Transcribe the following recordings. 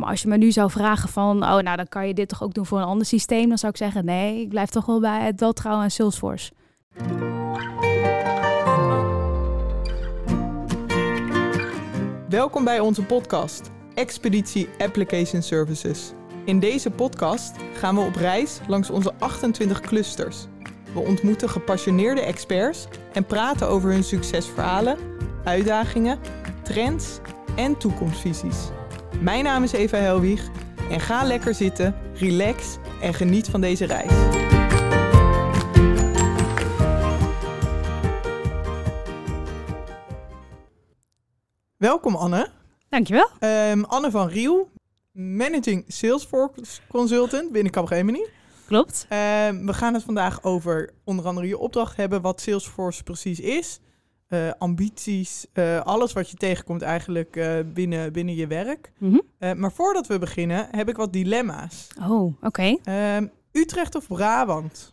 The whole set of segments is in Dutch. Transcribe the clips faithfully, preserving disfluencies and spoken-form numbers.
Maar als je me nu zou vragen van, oh, nou, dan kan je dit toch ook doen voor een ander systeem, dan zou ik zeggen, nee, ik blijf toch wel bij het Weltrouw en Salesforce. Welkom bij onze podcast, Expeditie Application Services. In deze podcast gaan we op reis langs onze achtentwintig clusters. We ontmoeten gepassioneerde experts en praten over hun succesverhalen, uitdagingen, trends en toekomstvisies. Mijn naam is Eva Helwig en ga lekker zitten, relax en geniet van deze reis. Welkom Anne. Dankjewel. Um, Anne van Riel, Managing Salesforce Consultant binnen Capgemini. Klopt. Um, we gaan het vandaag over onder andere je opdracht hebben, wat Salesforce precies is. Uh, ambities, uh, alles wat je tegenkomt eigenlijk uh, binnen, binnen je werk. Mm-hmm. Uh, maar voordat we beginnen heb ik wat dilemma's. Oh, oké. Okay. Um, Utrecht of Brabant?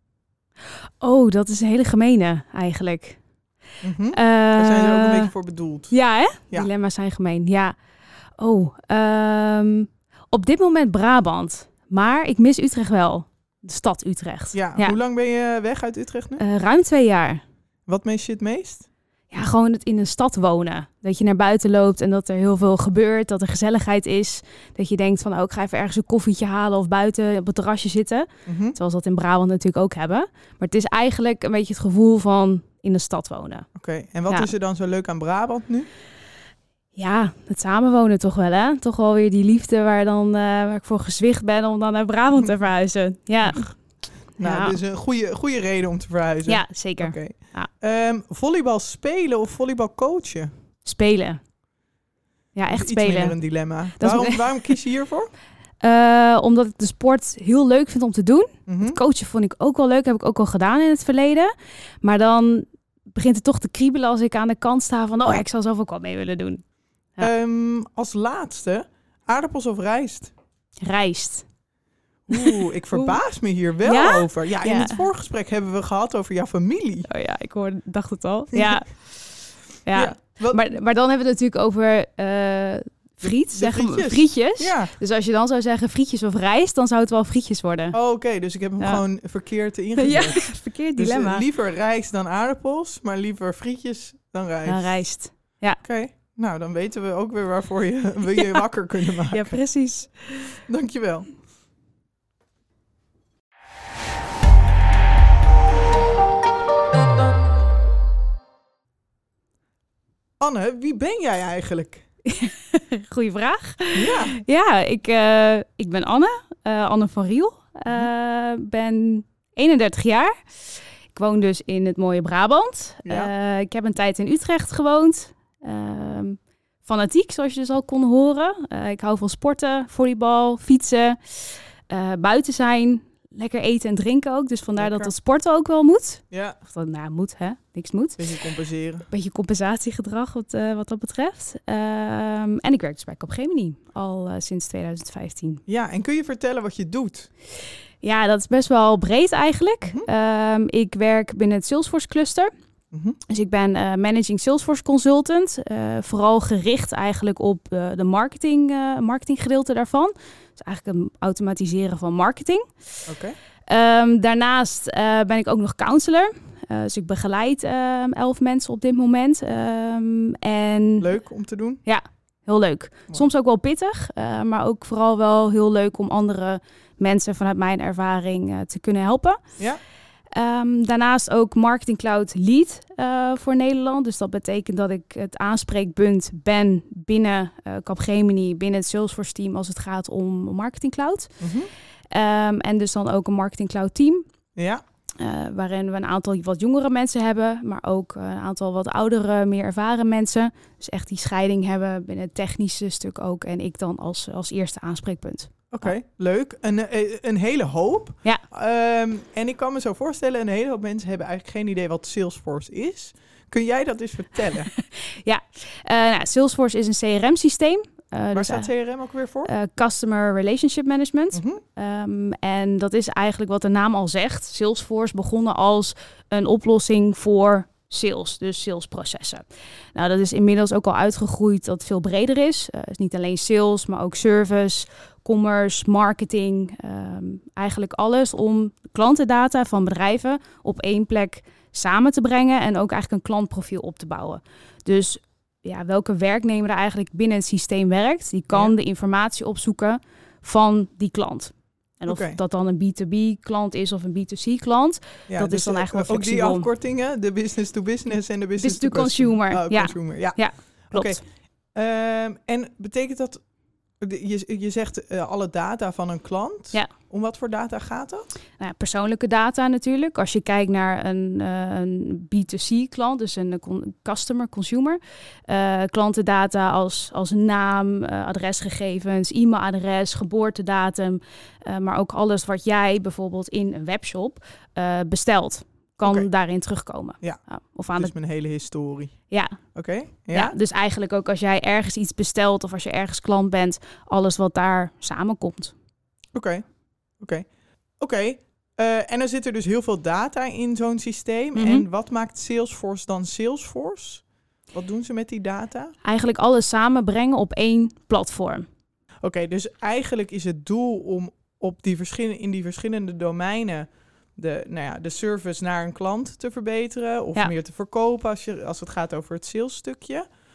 Oh, dat is een hele gemene eigenlijk. Mm-hmm. Uh, Daar zijn ze ook een beetje voor bedoeld. Ja, hè? Ja. Dilemma's zijn gemeen, ja. Oh, um, op dit moment Brabant. Maar ik mis Utrecht wel. De stad Utrecht. Ja, ja. Hoe lang ben je weg uit Utrecht nu? Uh, ruim twee jaar. Wat mis je het meest? Ja, gewoon het in een stad wonen. Dat je naar buiten loopt en dat er heel veel gebeurt. Dat er gezelligheid is. Dat je denkt van, oh, ik ga even ergens een koffietje halen of buiten op het terrasje zitten. Mm-hmm. Zoals dat in Brabant natuurlijk ook hebben. Maar het is eigenlijk een beetje het gevoel van in de stad wonen. Oké, okay. En wat ja. is er dan zo leuk aan Brabant nu? Ja, het samenwonen toch wel, hè? Toch wel weer die liefde waar, dan, uh, waar ik voor gezwicht ben om dan naar Brabant te verhuizen. Ja. Nou, ja. dus een goede, goede reden om te verhuizen. Ja, zeker. Okay. Ja. Um, volleybal spelen of volleybal coachen? Spelen. Ja, echt iets spelen. Iets meer een dilemma. Dat waarom, is... waarom kies je hiervoor? Uh, omdat ik de sport heel leuk vind om te doen. Mm-hmm. Het coachen vond ik ook wel leuk. Heb ik ook al gedaan in het verleden. Maar dan begint het toch te kriebelen als ik aan de kant sta van, oh, ik zou zelf ook wel mee willen doen. Ja. Um, als laatste, aardappels of rijst? Rijst. Oeh, ik verbaas me hier wel ja? over. Ja, in ja. het voorgesprek hebben we gehad over jouw familie. Oh ja, ik hoorde, dacht het al. Ja, ja. ja wat... maar, maar dan hebben we het natuurlijk over uh, friet, de, de zeggen frietjes. we, frietjes. Ja. Dus als je dan zou zeggen frietjes of rijst, dan zou het wel frietjes worden. Oh, oké, okay, dus ik heb hem ja. gewoon verkeerd ingezet. Ja, verkeerd dilemma. Dus uh, liever rijst dan aardappels, maar liever frietjes dan rijst. Dan rijst, ja. Oké. Okay. Nou, dan weten we ook weer waarvoor je, we je ja. wakker kunnen maken. Ja, precies. Dankjewel. Anne, wie ben jij eigenlijk? Goeie vraag. Ja, ja ik, uh, ik ben Anne, uh, Anne van Riel. Ik uh, ben eenendertig jaar. Ik woon dus in het mooie Brabant. Ja. Uh, ik heb een tijd in Utrecht gewoond. Uh, fanatiek, zoals je dus al kon horen. Uh, ik hou van sporten, volleybal, fietsen, uh, buiten zijn, lekker eten en drinken ook. Dus vandaar lekker. Dat het sporten ook wel moet. Ja. Of dat nou moet, hè? Niks moet. Beetje compenseren. Beetje compensatiegedrag wat, uh, wat dat betreft. Um, en ik werk dus bij Capgemini al uh, sinds twintig vijftien. Ja, en kun je vertellen wat je doet? Ja, dat is best wel breed eigenlijk. Mm-hmm. Um, ik werk binnen het Salesforce cluster. Mm-hmm. Dus ik ben uh, Managing Salesforce Consultant. Uh, vooral gericht eigenlijk op uh, de marketing, uh, marketinggedeelte daarvan. Dus eigenlijk een automatiseren van marketing. Oké. Okay. Um, daarnaast uh, ben ik ook nog counselor. Uh, dus ik begeleid uh, elf mensen op dit moment. Um, en... Leuk om te doen? Ja, heel leuk. Mooi. Soms ook wel pittig, uh, maar ook vooral wel heel leuk om andere mensen vanuit mijn ervaring uh, te kunnen helpen. Ja. Um, daarnaast ook Marketing Cloud Lead uh, voor Nederland. Dus dat betekent dat ik het aanspreekpunt ben binnen uh, Capgemini, binnen het Salesforce team als het gaat om Marketing Cloud. Mm-hmm. Um, en dus dan ook een Marketing Cloud team. Ja. Uh, waarin we een aantal wat jongere mensen hebben, maar ook uh, een aantal wat oudere, meer ervaren mensen. Dus echt die scheiding hebben binnen het technische stuk ook. En ik dan als, als eerste aanspreekpunt. Oké, okay, leuk. Een, een hele hoop. Ja. Um, en ik kan me zo voorstellen, een hele hoop mensen hebben eigenlijk geen idee wat Salesforce is. Kun jij dat eens vertellen? ja, uh, nou, Salesforce is een C R M-systeem. Uh, Waar dus, staat C R M ook weer voor? Uh, Customer Relationship Management. Mm-hmm. Um, en dat is eigenlijk wat de naam al zegt. Salesforce begonnen als een oplossing voor sales, dus salesprocessen. Nou, dat is inmiddels ook al uitgegroeid dat het veel breder is. Uh, het is niet alleen sales, maar ook service, commerce, marketing. Um, eigenlijk alles om klantendata van bedrijven op één plek samen te brengen en ook eigenlijk een klantprofiel op te bouwen. Dus ja, welke werknemer er eigenlijk binnen het systeem werkt, die kan ja. de informatie opzoeken van die klant. En of okay. dat dan een B twee B klant is of een B twee C klant, ja, dat dus is dan eigenlijk wel flexibel. Ook die afkortingen, de business to business en de business, business to, to consumer. consumer. Oh, ja. consumer. Ja, ja klopt. Okay. Um, en betekent dat, je, je zegt uh, alle data van een klant. Ja. Om wat voor data gaat dat? Nou, persoonlijke data natuurlijk. Als je kijkt naar een, uh, een B twee C klant, dus een con- customer, consumer. Uh, klantendata als, als naam, uh, adresgegevens, e-mailadres, geboortedatum. Uh, maar ook alles wat jij bijvoorbeeld in een webshop uh, bestelt. Kan okay. daarin terugkomen. Ja, ja of aan dus de... mijn hele historie. Ja. Oké. Okay. Ja. ja, dus eigenlijk ook als jij ergens iets bestelt of als je ergens klant bent, alles wat daar samenkomt. Oké. Okay. Oké, okay. okay. uh, en er zit er dus heel veel data in zo'n systeem. Mm-hmm. En wat maakt Salesforce dan Salesforce? Wat doen ze met die data? Eigenlijk alles samenbrengen op één platform. Oké, okay, dus eigenlijk is het doel om op die verschillen, in die verschillende domeinen de, nou ja, de service naar een klant te verbeteren of ja. meer te verkopen als, je, als het gaat over het salesstukje.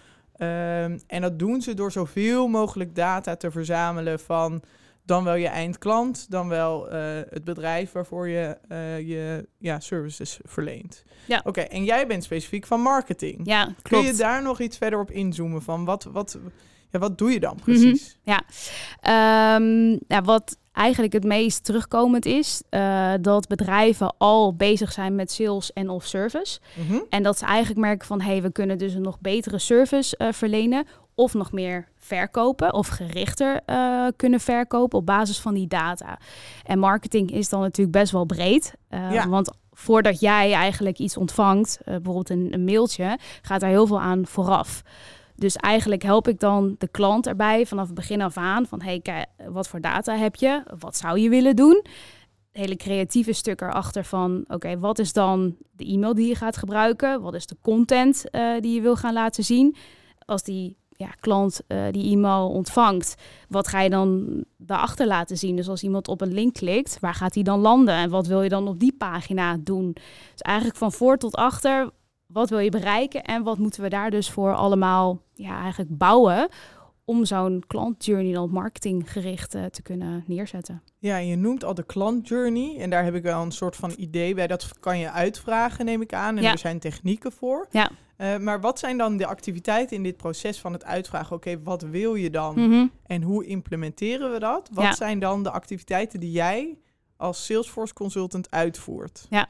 Um, en dat doen ze door zoveel mogelijk data te verzamelen van dan wel je eindklant, dan wel uh, het bedrijf waarvoor je uh, je ja, services verleent. Ja. Oké, okay, en jij bent specifiek van marketing. Ja, klopt. Kun je daar nog iets verder op inzoomen van wat, wat, ja, wat doe je dan precies? Mm-hmm. Ja. Um, ja, wat eigenlijk het meest terugkomend is, uh, dat bedrijven al bezig zijn met sales en of service. Mm-hmm. En dat ze eigenlijk merken van, hé, hey, we kunnen dus een nog betere service uh, verlenen of nog meer verkopen of gerichter uh, kunnen verkopen op basis van die data. En marketing is dan natuurlijk best wel breed. Uh, ja. Want voordat jij eigenlijk iets ontvangt, uh, bijvoorbeeld een, een mailtje, gaat daar heel veel aan vooraf. Dus eigenlijk help ik dan de klant erbij vanaf het begin af aan van, hey, kijk, wat voor data heb je? Wat zou je willen doen? Het hele creatieve stuk erachter van, oké, okay, wat is dan de e-mail die je gaat gebruiken? Wat is de content uh, die je wil gaan laten zien? Als die ja, klant uh, die e-mail ontvangt, wat ga je dan daarachter laten zien? Dus als iemand op een link klikt, waar gaat hij dan landen? En wat wil je dan op die pagina doen? Dus eigenlijk van voor tot achter, wat wil je bereiken? En wat moeten we daar dus voor allemaal ja, eigenlijk bouwen om zo'n klantjourney dan marketinggericht uh, te kunnen neerzetten? Ja, en je noemt al de klantjourney. En daar heb ik wel een soort van idee bij. Dat kan je uitvragen, neem ik aan. En ja. er zijn technieken voor. Ja. Uh, maar wat zijn dan de activiteiten in dit proces van het uitvragen? Oké, okay, wat wil je dan? Mm-hmm. En hoe implementeren we dat? Wat ja. zijn dan de activiteiten die jij als Salesforce consultant uitvoert? Ja.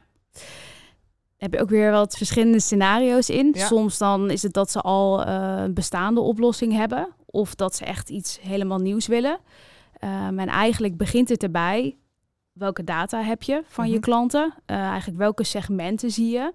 Heb je ook weer wat verschillende scenario's in. Ja. Soms dan is het dat ze al uh, een bestaande oplossing hebben. Of dat ze echt iets helemaal nieuws willen. Um, en eigenlijk begint het erbij. Welke data heb je van mm-hmm. je klanten? Uh, eigenlijk welke segmenten zie je?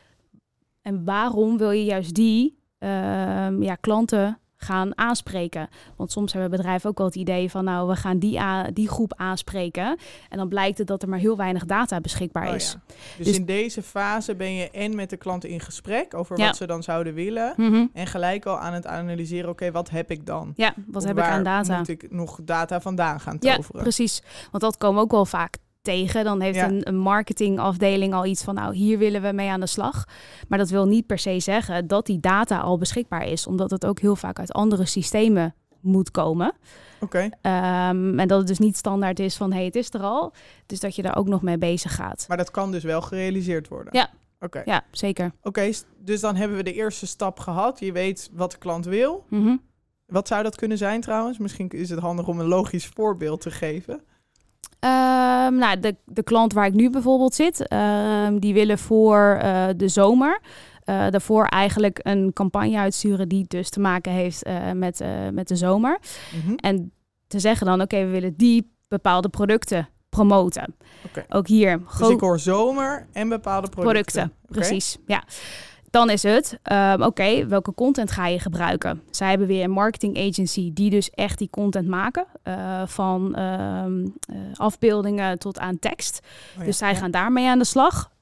En waarom wil je juist die uh, ja, klanten gaan aanspreken? Want soms hebben bedrijven ook wel het idee van, nou, we gaan die, a- die groep aanspreken. En dan blijkt het dat er maar heel weinig data beschikbaar oh, is. Ja. Dus, dus in deze fase ben je en met de klanten in gesprek over ja. wat ze dan zouden willen. Mm-hmm. En gelijk al aan het analyseren, oké, okay, wat heb ik dan? Ja, wat of heb ik aan data? Moet ik nog data vandaan gaan toveren? Ja, precies. Want dat komen ook wel vaak tegen. Dan heeft ja. een, een marketingafdeling al iets van, nou, hier willen we mee aan de slag. Maar dat wil niet per se zeggen dat die data al beschikbaar is, omdat het ook heel vaak uit andere systemen moet komen. Oké. Okay. Um, en dat het dus niet standaard is van, hey, het is er al. Dus dat je daar ook nog mee bezig gaat. Maar dat kan dus wel gerealiseerd worden? Ja. Oké. Okay. Ja, zeker. Oké, okay, dus dan hebben we de eerste stap gehad. Je weet wat de klant wil. Mm-hmm. Wat zou dat kunnen zijn trouwens? Misschien is het handig om een logisch voorbeeld te geven. Um, nou, de, de klant waar ik nu bijvoorbeeld zit, um, die willen voor uh, de zomer uh, daarvoor eigenlijk een campagne uitsturen die dus te maken heeft uh, met, uh, met de zomer. Mm-hmm. En te zeggen dan, oké, okay, we willen die bepaalde producten promoten. Okay. Ook hier. Gro- dus ik hoor zomer en bepaalde producten. Producten, okay. Precies, ja. Dan is het, um, oké, okay, welke content ga je gebruiken? Zij hebben weer een marketing agency die dus echt die content maken. Uh, van um, uh, afbeeldingen tot aan tekst. Oh ja, dus zij ja. gaan daarmee aan de slag.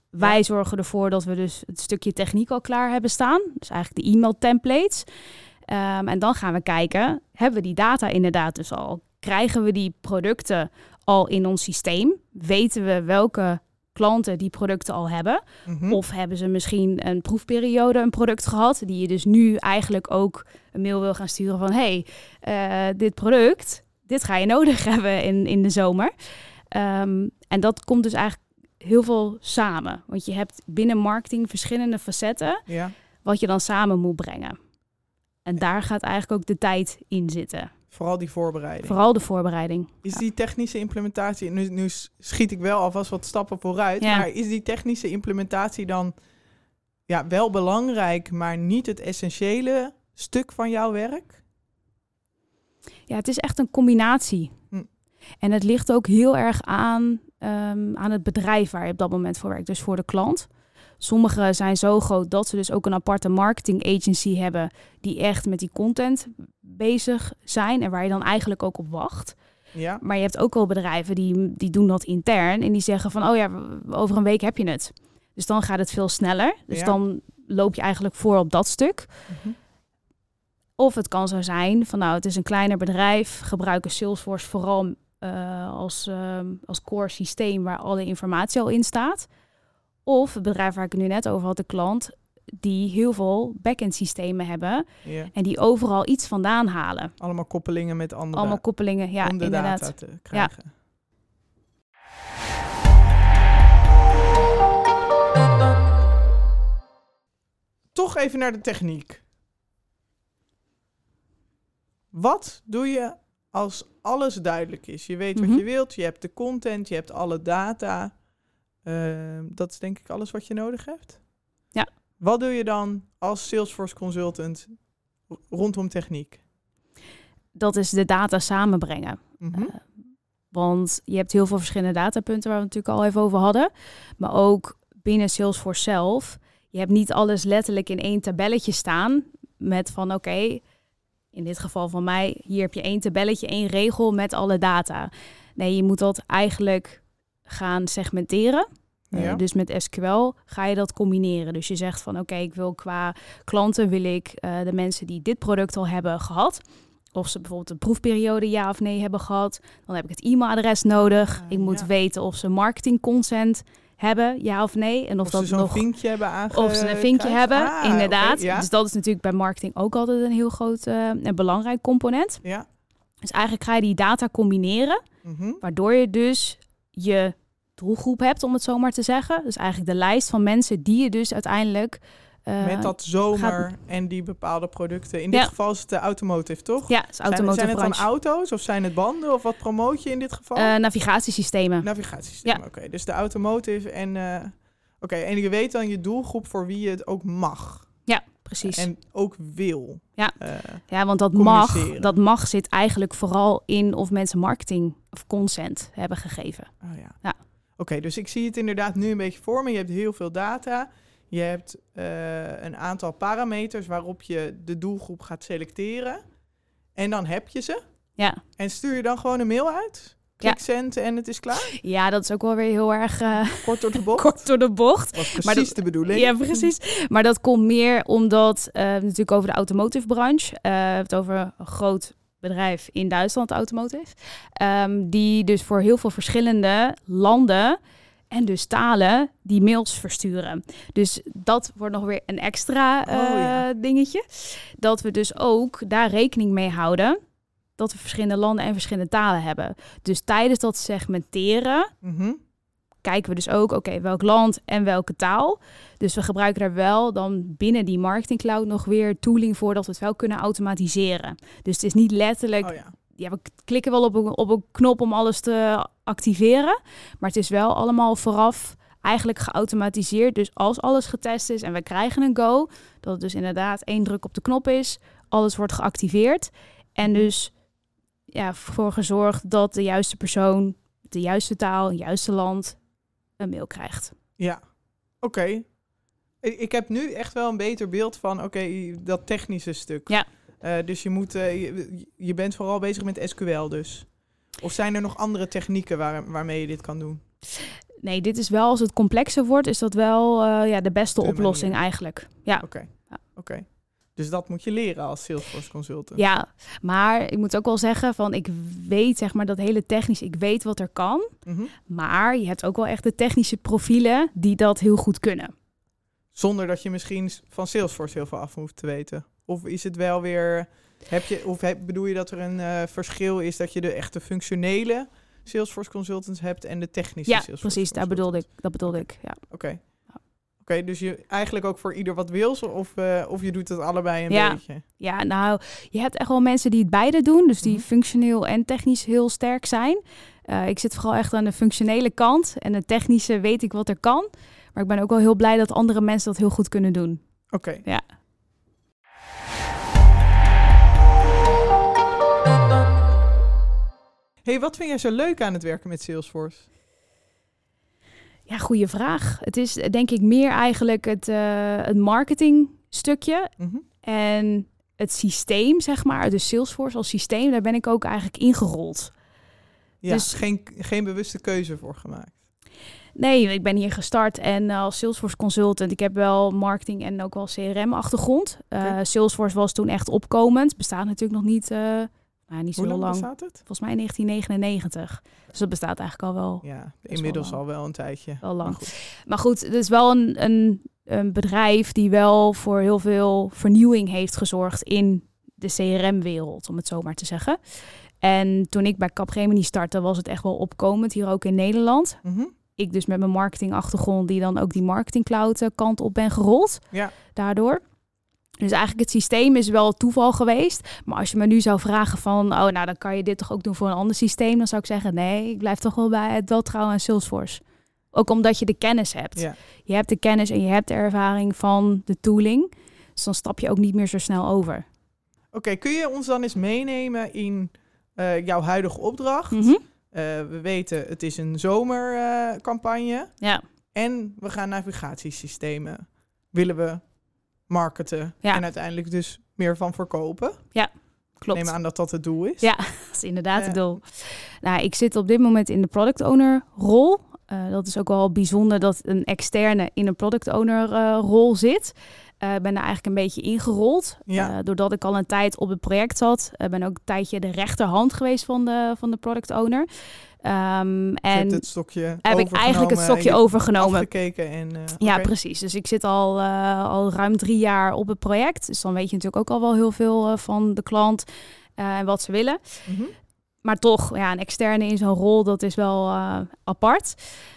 Wij Ja. zorgen ervoor dat we dus het stukje techniek al klaar hebben staan. Dus eigenlijk de e-mail templates. Um, en dan gaan we kijken, hebben we die data inderdaad dus al? Krijgen we die producten al in ons systeem? Weten we welke klanten die producten al hebben? Mm-hmm. Of hebben ze misschien een proefperiode een product gehad, die je dus nu eigenlijk ook een mail wil gaan sturen van hey, uh, dit product, dit ga je nodig hebben in, in de zomer. Um, en dat komt dus eigenlijk heel veel samen. Want je hebt binnen marketing verschillende facetten Ja. wat je dan samen moet brengen. En daar gaat eigenlijk ook de tijd in zitten. Vooral die voorbereiding. Vooral de voorbereiding. Is Ja. die technische implementatie, nu, nu schiet ik wel alvast wat stappen vooruit, Ja. maar is die technische implementatie dan ja, wel belangrijk, maar niet het essentiële stuk van jouw werk? Ja, het is echt een combinatie. Hm. En het ligt ook heel erg aan, um, aan het bedrijf waar je op dat moment voor werkt. Dus voor de klant. Sommige zijn zo groot dat ze dus ook een aparte marketing agency hebben die echt met die content bezig zijn en waar je dan eigenlijk ook op wacht. Ja. Maar je hebt ook wel bedrijven die, die doen dat intern en die zeggen van, oh ja, over een week heb je het. Dus dan gaat het veel sneller. Dus Ja. dan loop je eigenlijk voor op dat stuk. Mm-hmm. Of het kan zo zijn van, nou, het is een kleiner bedrijf, gebruiken Salesforce vooral uh, als, uh, als core systeem waar alle informatie al in staat. Of het bedrijf waar ik het nu net over had, de klant, die heel veel back-end systemen hebben Ja. en die overal iets vandaan halen. Allemaal koppelingen met andere Allemaal koppelingen, ja, om de inderdaad. data te krijgen. Toch even naar de techniek. Wat doe je als alles duidelijk is? Je weet Mm-hmm. wat je wilt, je hebt de content, je hebt alle data. Uh, dat is denk ik alles wat je nodig hebt. Ja. Wat doe je dan als Salesforce consultant rondom techniek? Dat is de data samenbrengen. Mm-hmm. Uh, want je hebt heel veel verschillende datapunten waar we het natuurlijk al even over hadden. Maar ook binnen Salesforce zelf. Je hebt niet alles letterlijk in één tabelletje staan met van oké, okay, in dit geval van mij, hier heb je één tabelletje, één regel met alle data. Nee, je moet dat eigenlijk gaan segmenteren. Ja. Uh, dus met S Q L ga je dat combineren. Dus je zegt van oké, okay, ik wil qua klanten wil ik uh, de mensen die dit product al hebben gehad. Of ze bijvoorbeeld een proefperiode ja of nee hebben gehad. Dan heb ik het e-mailadres nodig. Uh, ik moet ja. weten of ze marketing consent hebben, ja of nee. En of, of dat ze zo'n nog, vinkje hebben aange... Of ze een vinkje krijgt. hebben, ah, inderdaad. Okay, ja. Dus dat is natuurlijk bij marketing ook altijd een heel groot uh, en belangrijk component. Ja. Dus eigenlijk ga je die data combineren. Mm-hmm. Waardoor je dus je doelgroep hebt, om het zo maar te zeggen. Dus eigenlijk de lijst van mensen die je dus uiteindelijk... Uh, Met dat zomer gaat... en die bepaalde producten. In dit ja. geval is het de automotive, toch? Ja, het is automotive Zijn, zijn het branche. dan auto's of zijn het banden? Of wat promoot je in dit geval? Uh, navigatiesystemen. Navigatiesystemen, ja. oké. Okay. Dus de automotive en... Uh, oké, okay. En je weet dan je doelgroep voor wie je het ook mag. Ja, precies. En ook wil. Ja, uh, ja want dat mag, dat mag zit eigenlijk vooral in of mensen marketing of consent hebben gegeven. Oh ja. ja. Oké, okay, dus ik zie het inderdaad nu een beetje voor me. Je hebt heel veel data... Je hebt uh, een aantal parameters waarop je de doelgroep gaat selecteren. En dan heb je ze. Ja. En stuur je dan gewoon een mail uit? Klik ja. send en het is klaar? Ja, dat is ook wel weer heel erg... Uh, kort door de bocht? Kort door de bocht. Dat was precies dat, de bedoeling. Ja, precies. Maar dat komt meer omdat... Uh, natuurlijk over de automotive branche. Uh, we hebben het over een groot bedrijf in Duitsland, automotive. Um, die dus voor heel veel verschillende landen... en dus talen die mails versturen. Dus dat wordt nog weer een extra uh, oh, ja. dingetje. Dat we dus ook daar rekening mee houden... dat we verschillende landen en verschillende talen hebben. Dus tijdens dat segmenteren... Mm-hmm. kijken we dus ook, oké, okay, welk land en welke taal. Dus we gebruiken daar wel dan binnen die marketing cloud... nog weer tooling voor dat we het wel kunnen automatiseren. Dus het is niet letterlijk... Oh, ja. Ja, we klikken wel op een, op een knop om alles te activeren. Maar het is wel allemaal vooraf eigenlijk geautomatiseerd. Dus als alles getest is en we krijgen een go... dat het dus inderdaad één druk op de knop is. Alles wordt geactiveerd. En dus ja, voor gezorgd dat de juiste persoon... de juiste taal, het juiste land een mail krijgt. Ja, oké. Okay. Ik heb nu echt wel een beter beeld van... oké, okay, dat technische stuk. Ja. Uh, dus je, moet, uh, je, je bent vooral bezig met S Q L dus. Of zijn er nog andere technieken waar, waarmee je dit kan doen? Nee, dit is wel, als het complexer wordt, is dat wel uh, ja, de beste de oplossing manier. eigenlijk. Ja. Oké, okay. ja. okay. Dus dat moet je leren als Salesforce consultant. Ja, maar ik moet ook wel zeggen van ik weet zeg maar dat hele technisch, ik weet wat er kan. Mm-hmm. Maar je hebt ook wel echt de technische profielen die dat heel goed kunnen. Zonder dat je misschien van Salesforce heel veel af hoeft te weten. Of is het wel weer, heb je, of heb, bedoel je dat er een uh, verschil is dat je de echte functionele Salesforce consultants hebt en de technische ja, Salesforce precies, daar bedoelde ik, dat bedoelde ik, ja. Oké. Okay. Oké, okay, dus je eigenlijk ook voor ieder wat wil, of, uh, of je doet het allebei een ja. beetje? Ja, nou, je hebt echt wel mensen die het beide doen, dus die mm-hmm. functioneel en technisch heel sterk zijn. Uh, ik zit vooral echt aan de functionele kant en de technische weet ik wat er kan. Maar ik ben ook wel heel blij dat andere mensen dat heel goed kunnen doen. Oké. Okay. Ja. Hey, wat vind jij zo leuk aan het werken met Salesforce? Ja, goede vraag. Het is denk ik meer eigenlijk het, uh, het marketingstukje mm-hmm. en het systeem, zeg maar. Dus Salesforce als systeem, daar ben ik ook eigenlijk ingerold. Ja, dus geen, geen bewuste keuze voor gemaakt. Nee, ik ben hier gestart en als Salesforce consultant, ik heb wel marketing en ook wel C R M-achtergrond. Okay. Uh, Salesforce was toen echt opkomend. Bestaat natuurlijk nog niet, uh, nou, niet zo Hoe lang lang. bestaat het? Volgens mij negentien negenennegentig. Dus dat bestaat eigenlijk al wel. Ja, inmiddels wel al wel een tijdje. Wel lang. Maar goed, maar goed het is wel een, een, een bedrijf die wel voor heel veel vernieuwing heeft gezorgd in de C R M-wereld, om het zo maar te zeggen. En toen ik bij Capgemini startte, was het echt wel opkomend, hier ook in Nederland. Mm-hmm. Ik dus met mijn marketingachtergrond, die dan ook die marketingcloud kant op ben gerold. Ja. Daardoor. Dus eigenlijk het systeem is wel toeval geweest. Maar als je me nu zou vragen van, oh nou dan kan je dit toch ook doen voor een ander systeem. Dan zou ik zeggen, nee, ik blijf toch wel bij het wel trouwen aan Salesforce. Ook omdat je de kennis hebt. Ja. Je hebt de kennis en je hebt de ervaring van de tooling. Dus dan stap je ook niet meer zo snel over. Oké, okay, kun je ons dan eens meenemen in uh, jouw huidige opdracht? Mm-hmm. Uh, we weten, het is een zomercampagne. Uh, ja. En we gaan navigatiesystemen. Willen we marketen. Ja. En uiteindelijk dus meer van verkopen. Ja, klopt. Neem aan dat dat het doel is. Ja, dat is inderdaad uh, het doel. Nou, ik zit op dit moment in de product owner rol. Uh, dat is ook wel bijzonder dat een externe in een product owner uh, rol zit. Ik uh, ben daar eigenlijk een beetje ingerold. Ja. Uh, doordat ik al een tijd op het project zat. Ik uh, ben ook een tijdje de rechterhand geweest van de, van de product owner. Um, en het stokje heb ik eigenlijk het stokje overgenomen. Afgekeken en, uh, ja, okay. precies. Dus ik zit al, uh, al ruim drie jaar op het project. Dus dan weet je natuurlijk ook al wel heel veel uh, van de klant uh, en wat ze willen. Mm-hmm. Maar toch, ja, een externe in zo'n rol, dat is wel uh, apart.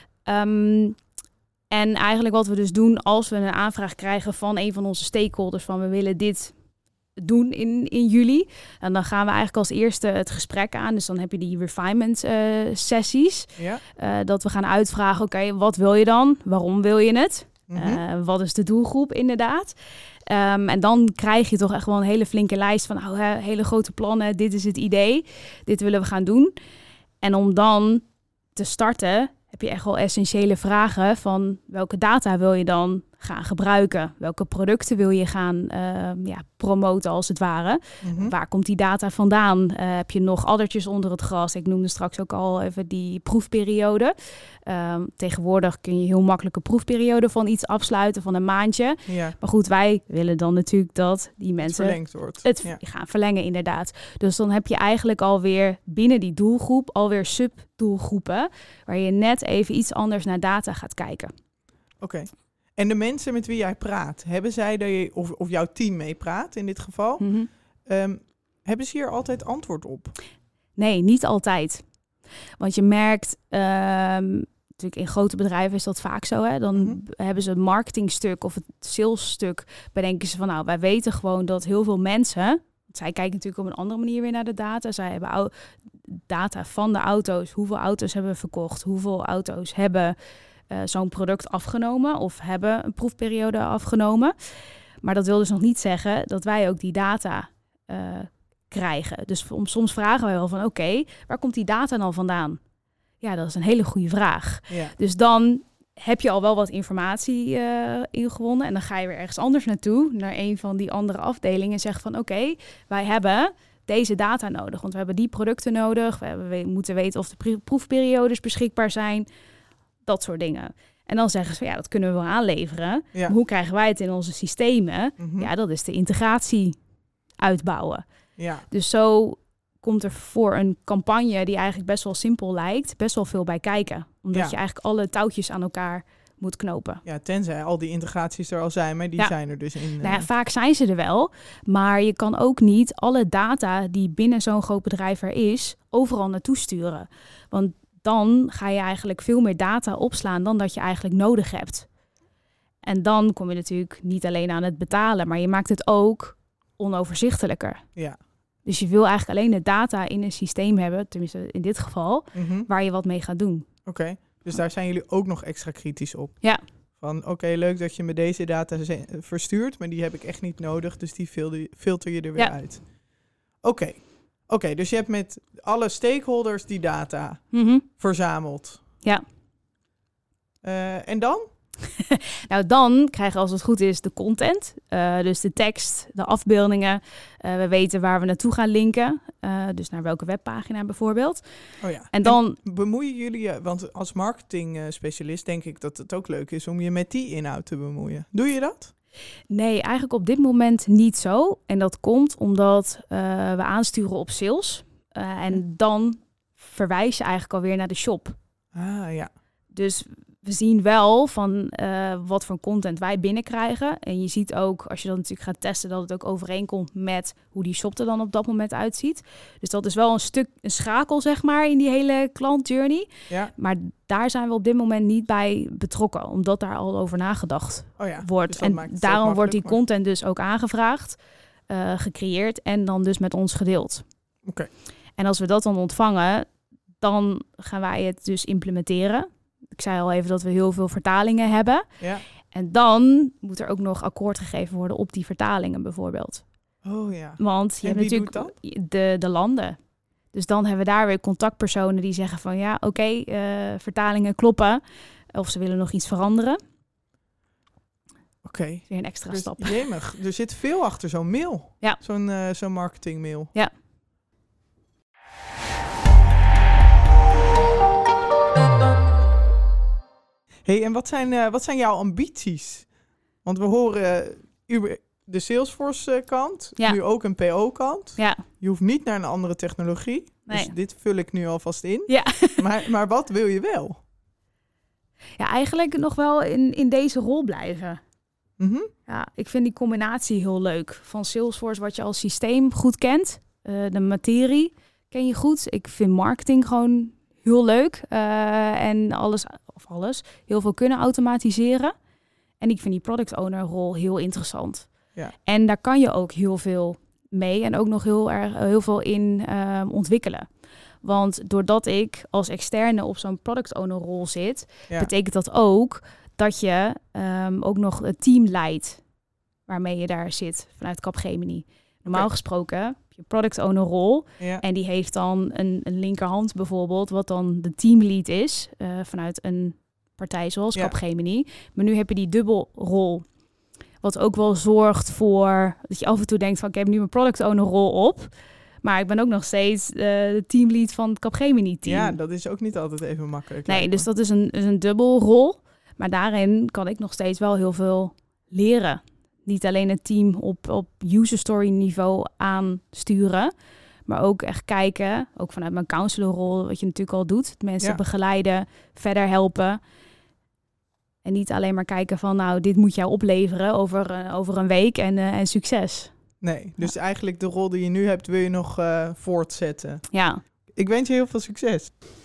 Um, en eigenlijk wat we dus doen als we een aanvraag krijgen van een van onze stakeholders van we willen dit doen in, in juli. En dan gaan we eigenlijk als eerste het gesprek aan. Dus dan heb je die refinement uh, sessies. Ja. Uh, dat we gaan uitvragen, oké, okay, wat wil je dan? Waarom wil je het? Mm-hmm. Uh, wat is de doelgroep inderdaad? Um, en dan krijg je toch echt wel een hele flinke lijst van oh, he, hele grote plannen. Dit is het idee. Dit willen we gaan doen. En om dan te starten heb je echt wel essentiële vragen van welke data wil je dan gaan gebruiken? Welke producten wil je gaan uh, ja, promoten als het ware? Mm-hmm. Waar komt die data vandaan? Uh, heb je nog addertjes onder het gras? Ik noemde straks ook al even die proefperiode. Um, tegenwoordig kun je heel makkelijk een proefperiode van iets afsluiten, van een maandje. Ja. Maar goed, wij willen dan natuurlijk dat die mensen het verlengd wordt. Het ja. gaan verlengen inderdaad. Dus dan heb je eigenlijk alweer binnen die doelgroep alweer subdoelgroepen waar je net even iets anders naar data gaat kijken. Oké. Okay. En de mensen met wie jij praat, hebben zij dat je, of, of jouw team mee praat in dit geval, Mm-hmm. um, hebben ze hier altijd antwoord op? Nee, niet altijd. Want je merkt, um, natuurlijk in grote bedrijven is dat vaak zo, hè? Dan Mm-hmm. hebben ze het marketingstuk of het salesstuk, bedenken ze van nou, wij weten gewoon dat heel veel mensen, zij kijken natuurlijk op een andere manier weer naar de data. Zij hebben au- data van de auto's. Hoeveel auto's hebben we verkocht? Hoeveel auto's hebben uh, zo'n product afgenomen of hebben een proefperiode afgenomen? Maar dat wil dus nog niet zeggen dat wij ook die data uh, krijgen. Dus soms vragen wij wel van oké, okay, waar komt die data dan vandaan? Ja, dat is een hele goede vraag. Ja. Dus dan heb je al wel wat informatie uh, ingewonnen en dan ga je weer ergens anders naartoe, naar een van die andere afdelingen en zegt van oké, okay, wij hebben deze data nodig, want we hebben die producten nodig, we, hebben, we moeten weten of de proefperiodes beschikbaar zijn. Dat soort dingen. En dan zeggen ze, ja, dat kunnen we wel aanleveren. Ja. Maar hoe krijgen wij het in onze systemen? Mm-hmm. Ja, dat is de integratie uitbouwen. Ja. Dus zo komt er voor een campagne die eigenlijk best wel simpel lijkt, best wel veel bij kijken. Omdat Ja. je eigenlijk alle touwtjes aan elkaar moet knopen. Ja, tenzij al die integraties er al zijn, maar die Ja. zijn er dus in. Uh... Nou ja, vaak zijn ze er wel, maar je kan ook niet alle data die binnen zo'n groot bedrijf er is, overal naartoe sturen. Want dan ga je eigenlijk veel meer data opslaan dan dat je eigenlijk nodig hebt. En dan kom je natuurlijk niet alleen aan het betalen, maar je maakt het ook onoverzichtelijker. Ja. Dus je wil eigenlijk alleen de data in een systeem hebben, tenminste in dit geval, Mm-hmm. waar je wat mee gaat doen. Oké, okay. Dus daar zijn jullie ook nog extra kritisch op? Ja. Van oké, okay, leuk dat je me deze data ze- verstuurt, maar die heb ik echt niet nodig, dus die filter, filter je er weer Ja. uit. Oké, okay. Oké, okay, dus je hebt met alle stakeholders die data Mm-hmm. verzameld. Ja. Uh, en dan? Nou, dan krijgen we als het goed is de content. Uh, dus de tekst, de afbeeldingen. Uh, we weten waar we naartoe gaan linken. Uh, dus naar welke webpagina bijvoorbeeld. Oh ja. En dan en bemoeien jullie je, want als marketing uh, specialist denk ik dat het ook leuk is om je met die inhoud te bemoeien. Doe je dat? Nee, eigenlijk op dit moment niet zo. En dat komt omdat uh, we aansturen op sales. Uh, en dan verwijs je eigenlijk alweer naar de shop. Ah ja. Dus we zien wel van uh, wat voor content wij binnenkrijgen. En je ziet ook, als je dat natuurlijk gaat testen, dat het ook overeenkomt met hoe die shop er dan op dat moment uitziet. Dus dat is wel een stuk, een schakel zeg maar, in die hele klantjourney. Ja. Maar daar zijn we op dit moment niet bij betrokken, omdat daar al over nagedacht oh ja, wordt. dus en daarom wordt die maar... content dus ook aangevraagd, uh, gecreëerd en dan dus met ons gedeeld. Oké. Okay. En als we dat dan ontvangen, dan gaan wij het dus implementeren. Ik zei al even dat we heel veel vertalingen hebben. Ja. En dan moet er ook nog akkoord gegeven worden op die vertalingen bijvoorbeeld. Oh ja. Want je en hebt wie natuurlijk doet dat? De, de landen. Dus dan hebben we daar weer contactpersonen die zeggen van ja, oké, okay, uh, vertalingen kloppen. Of ze willen nog iets veranderen. Oké. Okay. Weer een extra dus, stap. Jemig, er zit veel achter zo'n mail. Ja. Zo'n, uh, zo'n marketingmail. Ja. Hey, en wat zijn, uh, wat zijn jouw ambities? Want we horen uh, de Salesforce kant, ja. nu ook een P O-kant. Ja. Je hoeft niet naar een andere technologie. Nee. Dus dit vul ik nu alvast in. Ja. maar, maar wat wil je wel? Ja, eigenlijk nog wel in, in deze rol blijven. Mm-hmm. Ja, ik vind die combinatie heel leuk. Van Salesforce, wat je als systeem goed kent. Uh, de materie ken je goed. Ik vind marketing gewoon heel leuk. Uh, en alles, of alles, heel veel kunnen automatiseren. En ik vind die product owner rol heel interessant. Ja. En daar kan je ook heel veel mee en ook nog heel, erg, heel veel in uh, ontwikkelen. Want doordat ik als externe op zo'n product owner rol zit, ja. betekent dat ook dat je um, ook nog het team leidt waarmee je daar zit vanuit Capgemini. Normaal okay. gesproken heb je product owner rol ja. en die heeft dan een, een linkerhand bijvoorbeeld, wat dan de teamlead is uh, vanuit een partij zoals ja. Capgemini. Maar nu heb je die dubbelrol. Wat ook wel zorgt voor dat je af en toe denkt van ik heb nu mijn product owner rol op. Maar ik ben ook nog steeds uh, de teamlead van het Capgemini team. Ja, dat is ook niet altijd even makkelijk. Nee, dus dat is een, is een dubbelrol. Maar daarin kan ik nog steeds wel heel veel leren. Niet alleen het team op, op user story niveau aansturen. Maar ook echt kijken, ook vanuit mijn counselorrol, wat je natuurlijk al doet. Mensen ja. begeleiden, verder helpen. En niet alleen maar kijken van nou, dit moet jou opleveren over, uh, over een week en, uh, en succes. Nee, dus ja. eigenlijk de rol die je nu hebt wil je nog uh, voortzetten. Ja. Ik wens je heel veel succes.